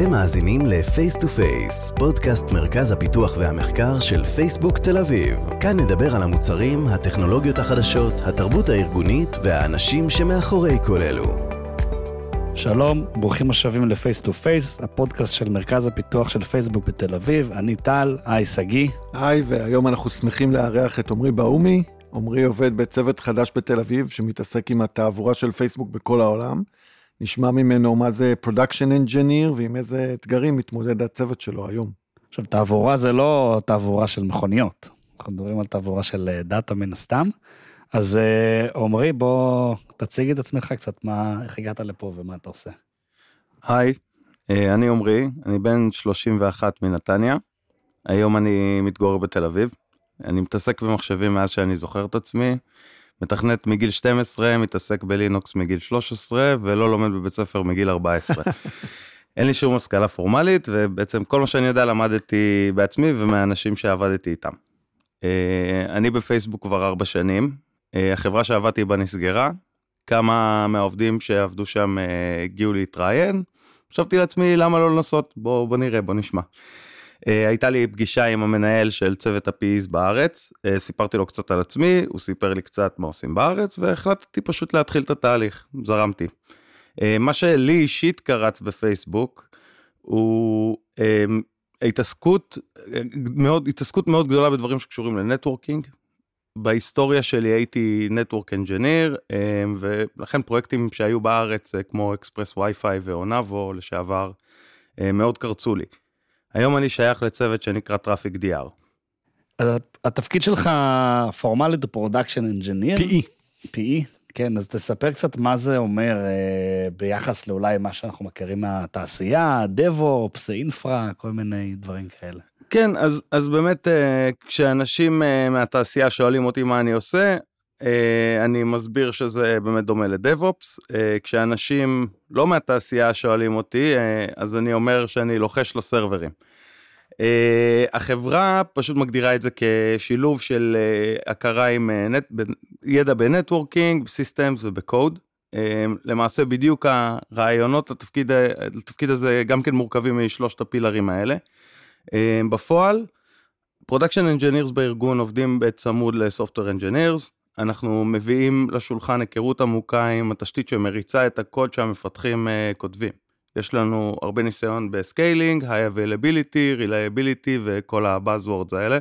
אתם מאזינים ל-Face to Face, פודקאסט מרכז הפיתוח והמחקר של פייסבוק תל אביב. כאן נדבר על המוצרים, הטכנולוגיות החדשות, התרבות הארגונית והאנשים שמאחורי כל אלו. שלום, ברוכים השבים ל-Face to Face, הפודקאסט של מרכז הפיתוח של פייסבוק בתל אביב. אני טל, היי סגי. היי, והיום אנחנו שמחים לארח את עומרי באומי. עומרי עובד בצוות חדש בתל אביב, שמתעסק עם התעבורה של פייסבוק בכל העולם. נשמע ממנו מה זה Production Engineer, ועם איזה אתגרים מתמודד הצוות שלו היום. עכשיו, תעבורה זה לא תעבורה של מכוניות. אנחנו מדברים על תעבורה של דאטה מן הסתם. אז עומרי, בוא תציג את עצמך קצת, איך הגעת לפה ומה אתה עושה. היי, אני עומרי, אני בן 31 מנתניה. היום אני מתגורר בתל אביב. אני מתעסק במחשבים מאז שאני זוכר את עצמי. מתכנת מגיל 12, מתעסק בלינוקס מגיל 13, ולא לומד בבית ספר מגיל 14. אין לי שום השכלה פורמלית, ובעצם כל מה שאני יודע למדתי בעצמי, ומהאנשים שעבדתי איתם. אני בפייסבוק כבר 4 שנים, החברה שעבדתי בה נסגרה, כמה מהעובדים שעבדו שם הגיעו להתראיין, חשבתי לעצמי למה לא לנסות, בוא נראה, בוא נשמע. הייתה לי פגישה עם המנהל של צוות ה-PEs בארץ, סיפרתי לו קצת על עצמי, הוא סיפר לי קצת מה עושים בארץ, והחלטתי פשוט להתחיל את התהליך, זרמתי. מה שלי אישית קרץ בפייסבוק, הוא התעסקות מאוד גדולה בדברים שקשורים לנטוורקינג. בהיסטוריה שלי הייתי נטוורק אנג'יניר, ולכן פרויקטים שהיו בארץ, כמו אקספרס וי-פיי ואונאבו לשעבר, מאוד קרצו לי. היום אני שייך לצוות שנקרא Traffic DR. אז התפקיד שלך פורמלית הוא פרודקשן אנג'יניר? PE, כן, אז תספר קצת מה זה אומר ביחס לאולי מה שאנחנו מכירים מהתעשייה, DevOps, אינפרה, כל מיני דברים כאלה. כן, אז באמת כשאנשים מהתעשייה שואלים אותי מה אני עושה, אני מסביר שזה באמת דומה ל-DevOps, כשאנשים לא מהתעשייה שואלים אותי, אז אני אומר שאני לוחש לסרברים. החברה פשוט מגדירה את זה כשילוב של הכרה עם ידע בנטוורקינג, בסיסטמס ובקוד. למעשה בדיוק הרעיונות לתפקיד הזה גם כן מורכבים משלושת הפילרים האלה. בפועל, Production Engineers בארגון עובדים בצמוד ל-Software Engineers, אנחנו מביאים לשולחן היכרות עמוקה עם התשתית שמריצה את הקוד שהמפתחים כותבים. יש לנו הרבה ניסיון בסקיילינג, high availability, reliability וכל ה-buzzwords האלה.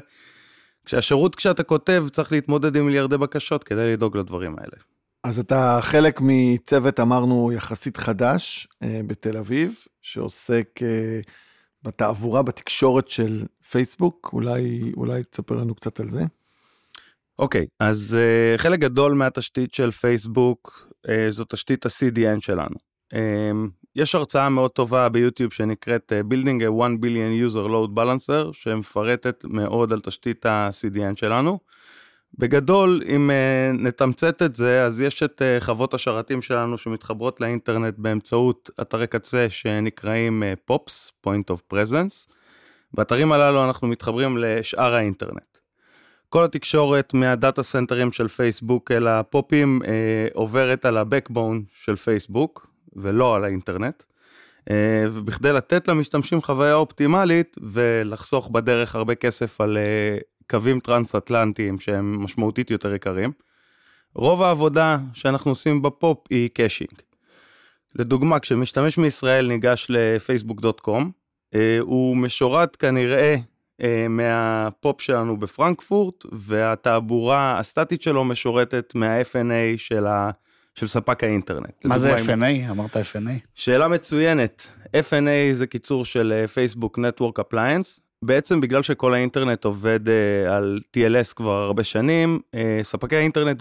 כשאתה כותב צריך להתמודד עם מיליארדי בקשות כדי לדאוג לדברים האלה. אז אתה חלק מצוות, אמרנו, יחסית חדש בתל אביב, שעוסק בתעבורה, בתקשורת של פייסבוק. אולי תספר לנו קצת על זה. אוקיי, אז חלק גדול מהתשתית של פייסבוק, זו תשתית ה-CDN שלנו. יש הרצאה מאוד טובה ביוטיוב שנקראת Building a 1 Billion User Load Balancer, שמפרטת מאוד על תשתית ה-CDN שלנו. בגדול, אם נתמצת את זה, אז יש את חוות השרתים שלנו שמתחברות לאינטרנט באמצעות אתרי קצה שנקראים POPs, Point of Presence. באתרים הללו אנחנו מתחברים לשאר האינטרנט. כל התקשורת מהדאטה סנטרים של פייסבוק אל הפופים עוברת על ה-backbone של פייסבוק, ולא על האינטרנט, ובכדי לתת למשתמשים חוויה אופטימלית, ולחסוך בדרך הרבה כסף על קווים טרנס-אטלנטיים, שהם משמעותית יותר יקרים, רוב העבודה שאנחנו עושים בפופ היא קאשינג. לדוגמה, כשמשתמש מישראל ניגש לפייסבוק.com, הוא משורת כנראה, מהפופ שלנו בפרנקפורט, והתעבורה הסטטית שלו משורתת מה-FNA של ספק האינטרנט. מה זה FNA? אמרת FNA? שאלה מצוינת. FNA זה קיצור של Facebook Network Appliance. בעצם בגלל שכל האינטרנט עובד על TLS כבר הרבה שנים, ספקי האינטרנט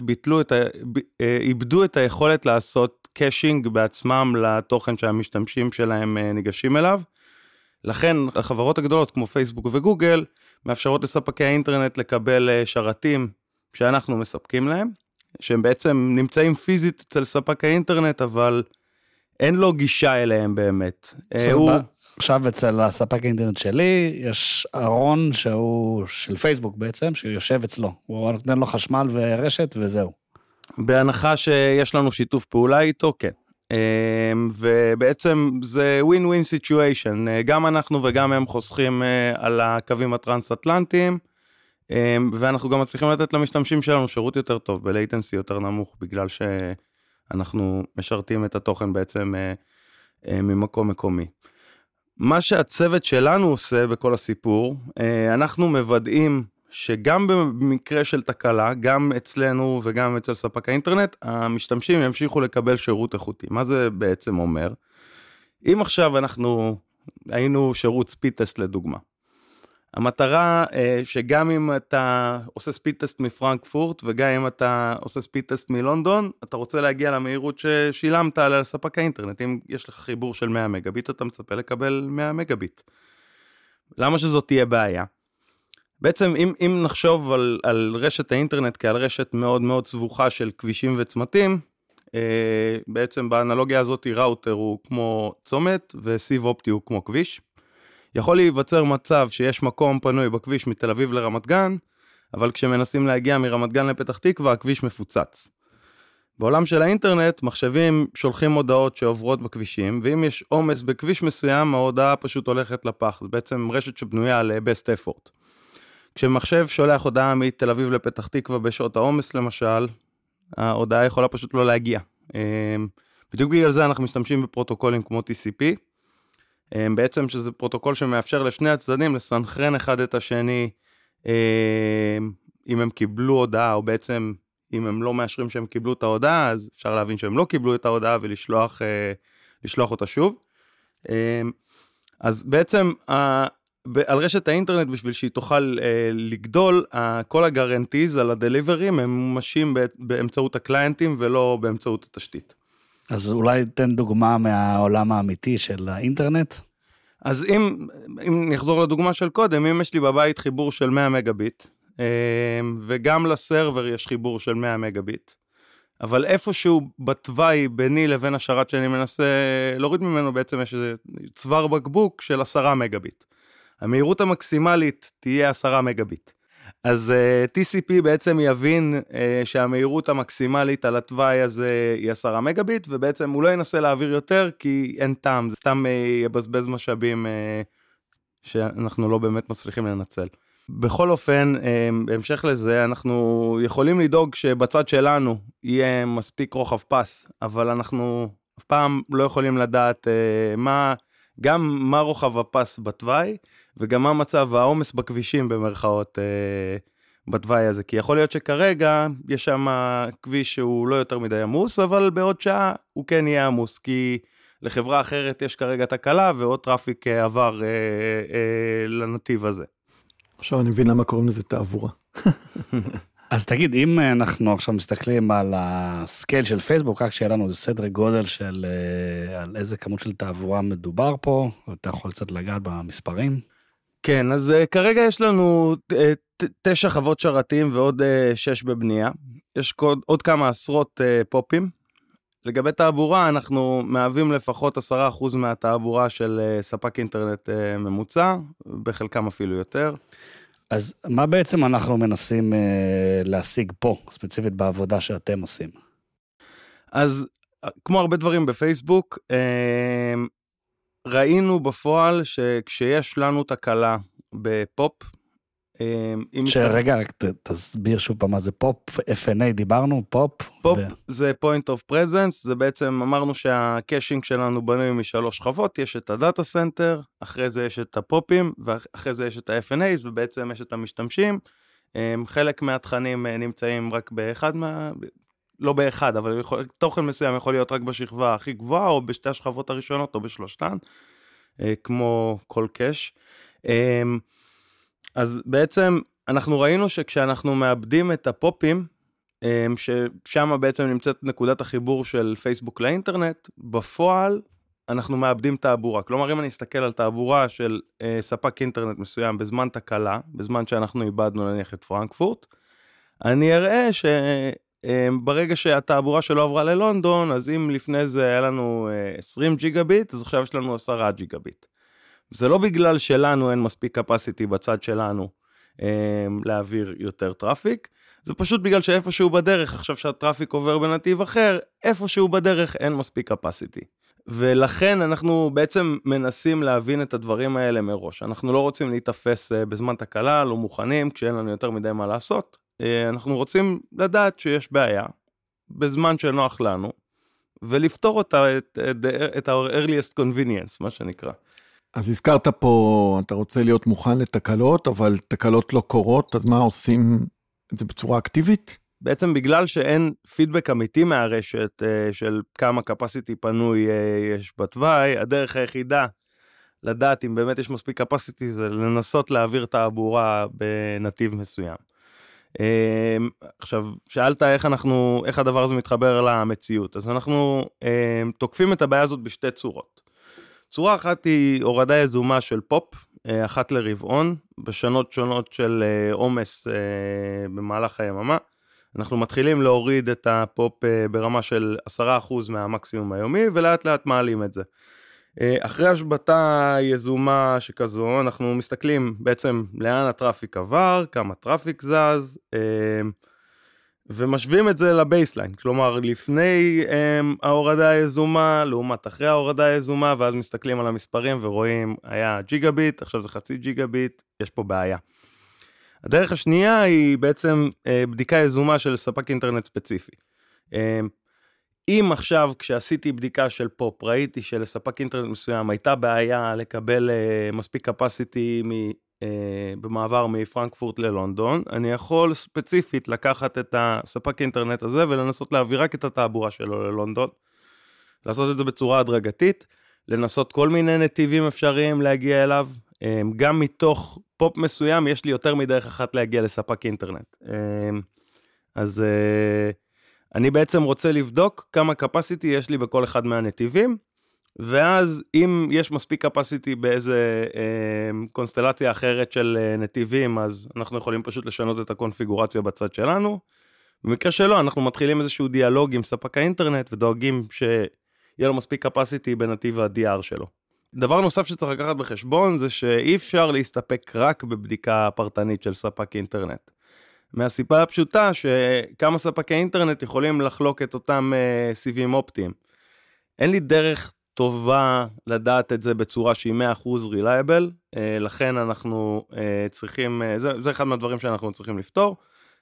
איבדו את היכולת לעשות קאשינג בעצמם לתוכן שהמשתמשים שלהם ניגשים אליו. לכן החברות הגדולות כמו פייסבוק וגוגל מאפשרות לספקי האינטרנט לקבל שרתים שאנחנו מספקים להם, שהם בעצם נמצאים פיזית אצל ספק האינטרנט, אבל אין לו גישה אליהם באמת. עכשיו אצל הספק האינטרנט שלי יש ארון שהוא של פייסבוק בעצם, שהוא יושב אצלו, הוא נותן לו חשמל ורשת וזהו. בהנחה שיש לנו שיתוף פעולה איתו, כן. ובעצם זה win-win situation, גם אנחנו וגם הם חוסכים על הקווים הטרנס-אטלנטיים, ואנחנו גם מצליחים לתת למשתמשים שלנו שירות יותר טוב, בלייטנסי יותר נמוך, בגלל שאנחנו משרתים את התוכן בעצם ממקום מקומי. מה שהצוות שלנו עושה בכל הסיפור, אנחנו מוודאים שגם במקרה של תקלה, גם אצלנו וגם אצל ספק האינטרנט, המשתמשים ימשיכו לקבל שירות איכותי. מה זה בעצם אומר? אם עכשיו אנחנו היינו שירות ספיד טסט לדוגמה, המטרה שגם אם אתה עושה ספיד טסט מפרנקפורט, וגם אם אתה עושה ספיד טסט מלונדון, אתה רוצה להגיע למהירות ששילמת על ספק האינטרנט. אם יש לך חיבור של 100 מגביט, אתה מצפה לקבל 100 מגביט. למה שזאת תהיה בעיה? בעצם אם נחשוב על רשת האינטרנט כעל רשת מאוד מאוד סבוכה של כבישים וצמתים, בעצם באנלוגיה הזאת ראוטר הוא כמו צומת, וסיב אופטי הוא כמו כביש. יכול להיווצר מצב שיש מקום פנוי בכביש מתל אביב לרמת גן, אבל כשמנסים להגיע מרמת גן לפתח תקווה, הכביש מפוצץ. בעולם של האינטרנט, מחשבים שולחים הודעות שעוברות בכבישים, ואם יש עומס בכביש מסוים, ההודעה פשוט הולכת לפח. זה בעצם רשת שבנויה על best effort. כשמחשב שולח הודעה מתל אביב לפתח תקווה בשעות העומס למשל, ההודעה יכולה פשוט לא להגיע. בדיוק בגלל זה אנחנו משתמשים בפרוטוקולים כמו TCP, בעצם שזה פרוטוקול שמאפשר לשני הצדדים לסנכרן אחד את השני, אם הם קיבלו הודעה, או בעצם אם הם לא מאשרים שהם קיבלו את ההודעה, אז אפשר להבין שהם לא קיבלו את ההודעה ולשלוח אותה שוב. אז בעצם על רשת האינטרנט, בשביל שהיא תוכל לגדול, כל הגרנטיז על הדליברים הם מומשים באמצעות הקליינטים ולא באמצעות התשתית. אז אולי תן דוגמה מהעולם האמיתי של האינטרנט. אז אם נחזור לדוגמה של קודם, אם יש לי בבית חיבור של 100 מגביט, וגם לסרבר יש חיבור של 100 מגביט, אבל איפשהו בתוואי ביני לבין השרת שאני מנסה להוריד ממנו, בעצם יש איזה צוואר בקבוק של 10 מגביט. המהירות המקסימלית תהיה 10 מגביט. אז TCP בעצם יבין שהמהירות המקסימלית על התוואי הזה היא 10 מגביט, ובעצם הוא לא ינסה להעביר יותר, כי אין טעם, זה סתם יבזבז משאבים שאנחנו לא באמת מצליחים לנצל. בכל אופן, בהמשך לזה, אנחנו יכולים לדאוג שבצד שלנו יהיה מספיק רוחב פס, אבל אנחנו אף פעם לא יכולים לדעת גם מה רוחב הפס בתוואי, וגם מה מצב העומס בכבישים במרכאות בתוואי הזה, כי יכול להיות שכרגע יש שם כביש שהוא לא יותר מדי עמוס, אבל בעוד שעה הוא כן יהיה עמוס, כי לחברה אחרת יש כרגע תקלה, ועוד טראפיק עבר לנתיב הזה. עכשיו אני מבין למה קוראים לזה תעבורה. אז תגיד, אם אנחנו עכשיו מסתכלים על הסקייל של פייסבוק, רק שיהיה לנו איזה סדר גודל של על איזה כמות של תעבורה מדובר פה, אתה יכול קצת לגעת במספרים? כן, אז כרגע יש לנו 9 חוות שרתים ועוד 6 בבנייה. יש עוד כמה עשרות פופים. לגבי תעבורה, אנחנו מהווים לפחות 10% מהתעבורה של ספק אינטרנט ממוצע, בחלקם אפילו יותר. אז מה בעצם אנחנו מנסים להשיג פה, ספציפית בעבודה שאתם עושים? אז כמו הרבה דברים בפייסבוק, ראינו בפועל שכשיש לנו תקלה בפופ, שרגע, רק תסביר שוב פעם מה זה פופ, FNA דיברנו, פופ. פופ זה point of presence, זה בעצם אמרנו שהקאשינג שלנו בנוי מ3 שכבות, יש את הדאטה סנטר, אחרי זה יש את הפופים, ואחרי זה יש את ה-FNAs, ובעצם יש את המשתמשים. חלק מהתכנים נמצאים רק באחד לא באחד, אבל תוכן מסוים יכול להיות רק בשכבה הכי גבוהה, או בשתי השכבות הראשונות, או בשלושתן, כמו כל קאש. אז בעצם אנחנו ראינו שכשאנחנו מאבדים את הפופים, ששם בעצם נמצאת נקודת החיבור של פייסבוק לאינטרנט, בפועל אנחנו מאבדים תעבורה. כלומר, אם אני אסתכל על תעבורה של ספק אינטרנט מסוים בזמן תקלה, בזמן שאנחנו איבדנו נניח את פרנקפורט, אני אראה שברגע שהתעבורה שלו עברה ללונדון, אז אם לפני זה היה לנו 20 ג'יגביט, אז עכשיו יש לנו 10 ג'יגביט. זה לא בגלל שלנו אין מספיק capacity בצד שלנו להעביר יותר טראפיק. זה פשוט בגלל שאיפשהו בדרך, עכשיו שהטראפיק עובר בנתיב אחר, איפשהו בדרך אין מספיק capacity. ולכן אנחנו בעצם מנסים להבין את הדברים האלה מראש. אנחנו לא רוצים להתאפס בזמן תקלה, לא מוכנים, כשאין לנו יותר מדי מה לעשות. אנחנו רוצים לדעת שיש בעיה, בזמן שנוח לנו, ולפתור אותה, את ה-earliest convenience, מה שנקרא. אז הזכרת פה, אתה רוצה להיות מוכן לתקלות, אבל תקלות לא קורות, אז מה עושים את זה בצורה אקטיבית? בעצם בגלל שאין פידבק אמיתי מהרשת של כמה capacity פנוי יש בתוואי, הדרך היחידה לדעת אם באמת יש מספיק capacity זה לנסות להעביר תעבורה בנתיב מסוים. עכשיו, שאלת איך הדבר הזה מתחבר למציאות, אז אנחנו תוקפים את הבעיה הזאת בשתי צורות. צורה אחת היא הורדה יזומה של פופ, אחת לרבעון, בשנות שונות של עומס במהלך היממה. אנחנו מתחילים להוריד את הפופ ברמה של 10% מהמקסימום היומי, ולאט לאט מעלים את זה. אחרי השבתה יזומה שכזו, אנחנו מסתכלים בעצם לאן הטראפיק עבר, כמה טראפיק זז, ומשווים את זה לבייסליין, כלומר לפני ההורדה היזומה, לעומת אחרי ההורדה היזומה, ואז מסתכלים על המספרים ורואים, היה ג'יגביט, עכשיו זה חצי ג'יגביט, יש פה בעיה. הדרך השנייה היא בעצם בדיקה יזומה של ספק אינטרנט ספציפי. אם עכשיו כשעשיתי בדיקה של פופ, ראיתי שלספק אינטרנט מסוים הייתה בעיה לקבל מספיק capacity במעבר מפרנקפורט ללונדון, אני יכול ספציפית לקחת את הספק אינטרנט הזה ולנסות להעביר רק את התעבורה שלו ללונדון, לעשות את זה בצורה הדרגתית, לנסות כל מיני נתיבים אפשריים להגיע אליו, גם מתוך פופ מסוים יש לי יותר מדרך אחת להגיע לספק אינטרנט. אז אני בעצם רוצה לבדוק כמה capacity יש לי בכל אחד מהנתיבים, ואז אם יש מספיק capacity באיזה קונסטלציה אחרת של נתיבים, אז אנחנו יכולים פשוט לשנות את הקונפיגורציה בצד שלנו. במקרה שלו, אנחנו מתחילים איזשהו דיאלוג עם ספק האינטרנט, ודואגים שיהיה לו מספיק capacity בנתיב ה-DR שלו. דבר נוסף שצריך לקחת בחשבון, זה שאי אפשר להסתפק רק בבדיקה פרטנית של ספק אינטרנט. מהסיבה הפשוטה שכמה ספקי אינטרנט יכולים לחלוק את אותם סיבים אופטיים. אין לי דרך טובה לדעת את זה בצורה שהיא 100% reliable, לכן אנחנו צריכים, זה אחד מהדברים שאנחנו צריכים לפתור.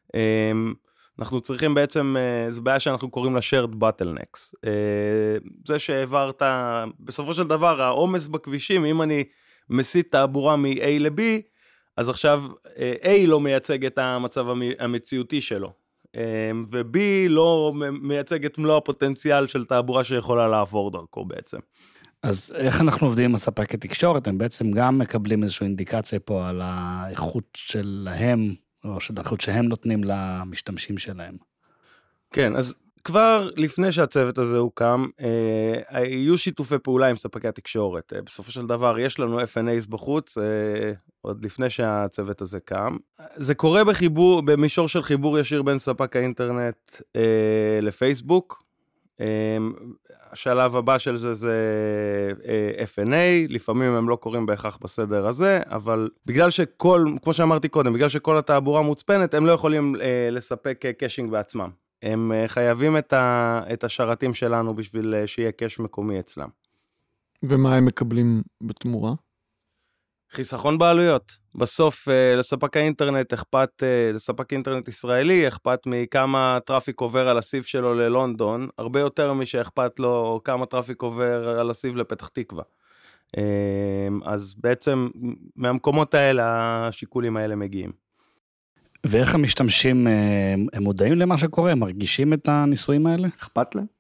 אנחנו צריכים בעצם, זו בעיה שאנחנו קוראים לה shared bottlenecks. זה שהעברת, בסופו של דבר, העומס בכבישים, אם אני מסיט תעבורה מ-A ל-B, אז עכשיו A לא מייצג את המצב המציאותי שלו, ו-B לא מייצג את מלוא הפוטנציאל של תעבורה שיכולה לעבור דרכו בעצם. אז איך אנחנו עובדים עם הספקי תקשורת? הם בעצם גם מקבלים איזושהי אינדיקציה פה על האיכות שלהם, או של האיכות שהם נותנים למשתמשים שלהם. כן, אז כבר לפני שהצוות הזה הוקם, היו שיתופי פעולה עם ספקי התקשורת. בסופו של דבר יש לנו FNAs בחוץ, עוד לפני שהצוות הזה קם. זה קורה במישור של חיבור ישיר בין ספק האינטרנט לפייסבוק. השלב הבא של זה FNA, לפעמים הם לא קוראים בהכרח בסדר הזה, אבל בגלל כמו שאמרתי קודם, בגלל שכל התעבורה מוצפנת, הם לא יכולים לספק קאשינג בעצמם. הם חייבים את השרתים שלנו בשביל שיהיה קאש מקומי אצלם. ומה הם מקבלים בתמורה? חיסכון בעלויות. בסוף לספק האינטרנט לספק אינטרנט ישראלי, אכפת מכמה טראפיק עובר על הסיב שלו ללונדון, הרבה יותר משאכפת לו כמה טראפיק עובר על הסיב לפתח תקווה. אז בעצם מהמקומות האלה, השיקולים האלה מגיעים. ואיך המשתמשים, הם מודעים למה שקורה? הם מרגישים את הניסויים האלה? אכפת להם?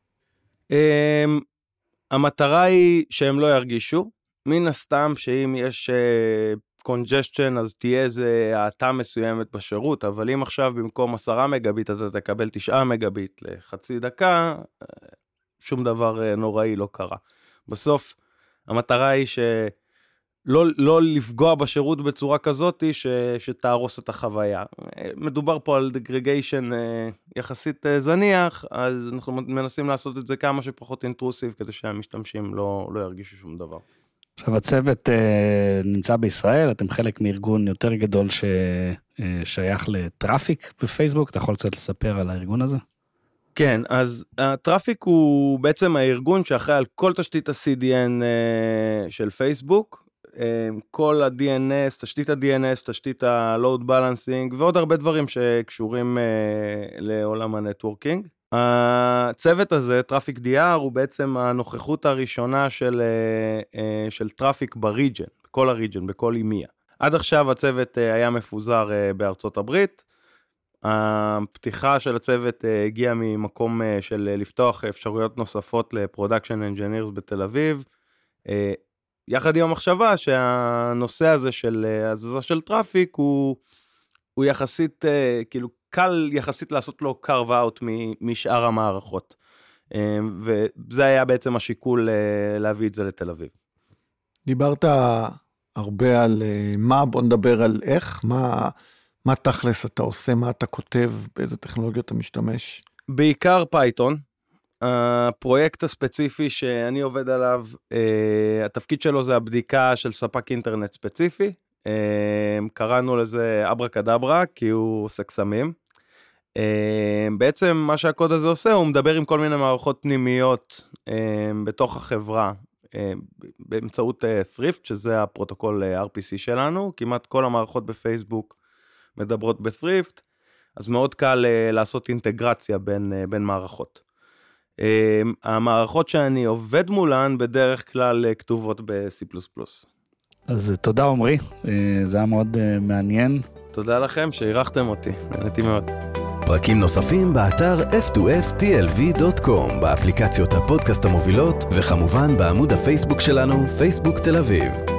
המטרה היא שהם לא ירגישו, מן הסתם שאם יש congestion אז תהיה איזה האטה מסוימת בשירות, אבל אם עכשיו במקום 10 מגביט אתה תקבל 9 מגביט לחצי דקה, שום דבר נוראי לא קרה. בסוף המטרה היא לא לפגוע בשירות בצורה כזאת שתהרוס את החוויה. מדובר פה על דגרגיישן יחסית זניח, אז אנחנו מנסים לעשות את זה כמה שפחות אינטרוסיב, כדי שהמשתמשים לא ירגישו שום דבר. עכשיו, הצוות נמצא בישראל, אתם חלק מארגון יותר גדול ששייך לטראפיק בפייסבוק, אתה יכול קצת לספר על הארגון הזה? כן, אז הטראפיק הוא בעצם הארגון שאחראי על כל תשתית ה-CDN של פייסבוק, כל ה-DNS, תשתית ה-DNS, תשתית ה-Load Balancing, ועוד הרבה דברים שקשורים לעולם הנטוורקינג. הצוות הזה, טראפיק DR, הוא בעצם הנוכחות הראשונה של טראפיק בריג'ן, בכל הריג'ן, בכל אימיה. עד עכשיו הצוות היה מפוזר בארצות הברית, הפתיחה של הצוות הגיעה ממקום של לפתוח אפשרויות נוספות לפרודקשן אנג'ינירס בתל אביב, יחד עם המחשבה שהנושא הזה של הזזה של טראפיק הוא יחסית, כאילו קל יחסית לעשות לו carve out משאר המערכות. וזה היה בעצם השיקול להביא את זה לתל אביב. דיברת הרבה על מה, בוא נדבר על איך, מה תכלס אתה עושה, מה אתה כותב, באיזה טכנולוגיות אתה משתמש? בעיקר פייתון. הפרויקט הספציפי שאני עובד עליו, התפקיד שלו זה הבדיקה של ספק אינטרנט ספציפי, קראנו לזה אברקדברה, כי הוא עושה קסמים. בעצם מה שהקוד הזה עושה, הוא מדבר עם כל מיני מערכות פנימיות בתוך החברה, באמצעות Thrift, שזה הפרוטוקול RPC שלנו, כמעט כל המערכות בפייסבוק מדברות ב-Thrift, אז מאוד קל לעשות אינטגרציה בין מערכות. המערכות שאני עובד מולן בדרך כלל כתובות ב-C++. אז תודה עומרי, זה היה מאוד מעניין. תודה לכם שאירחתם אותי, נהניתי מאוד. פרקים נוספים באתר f2ftlv.com, באפליקציות הפודקאסט המובילות, וכמובן בעמוד הפייסבוק שלנו, פייסבוק תל אביב.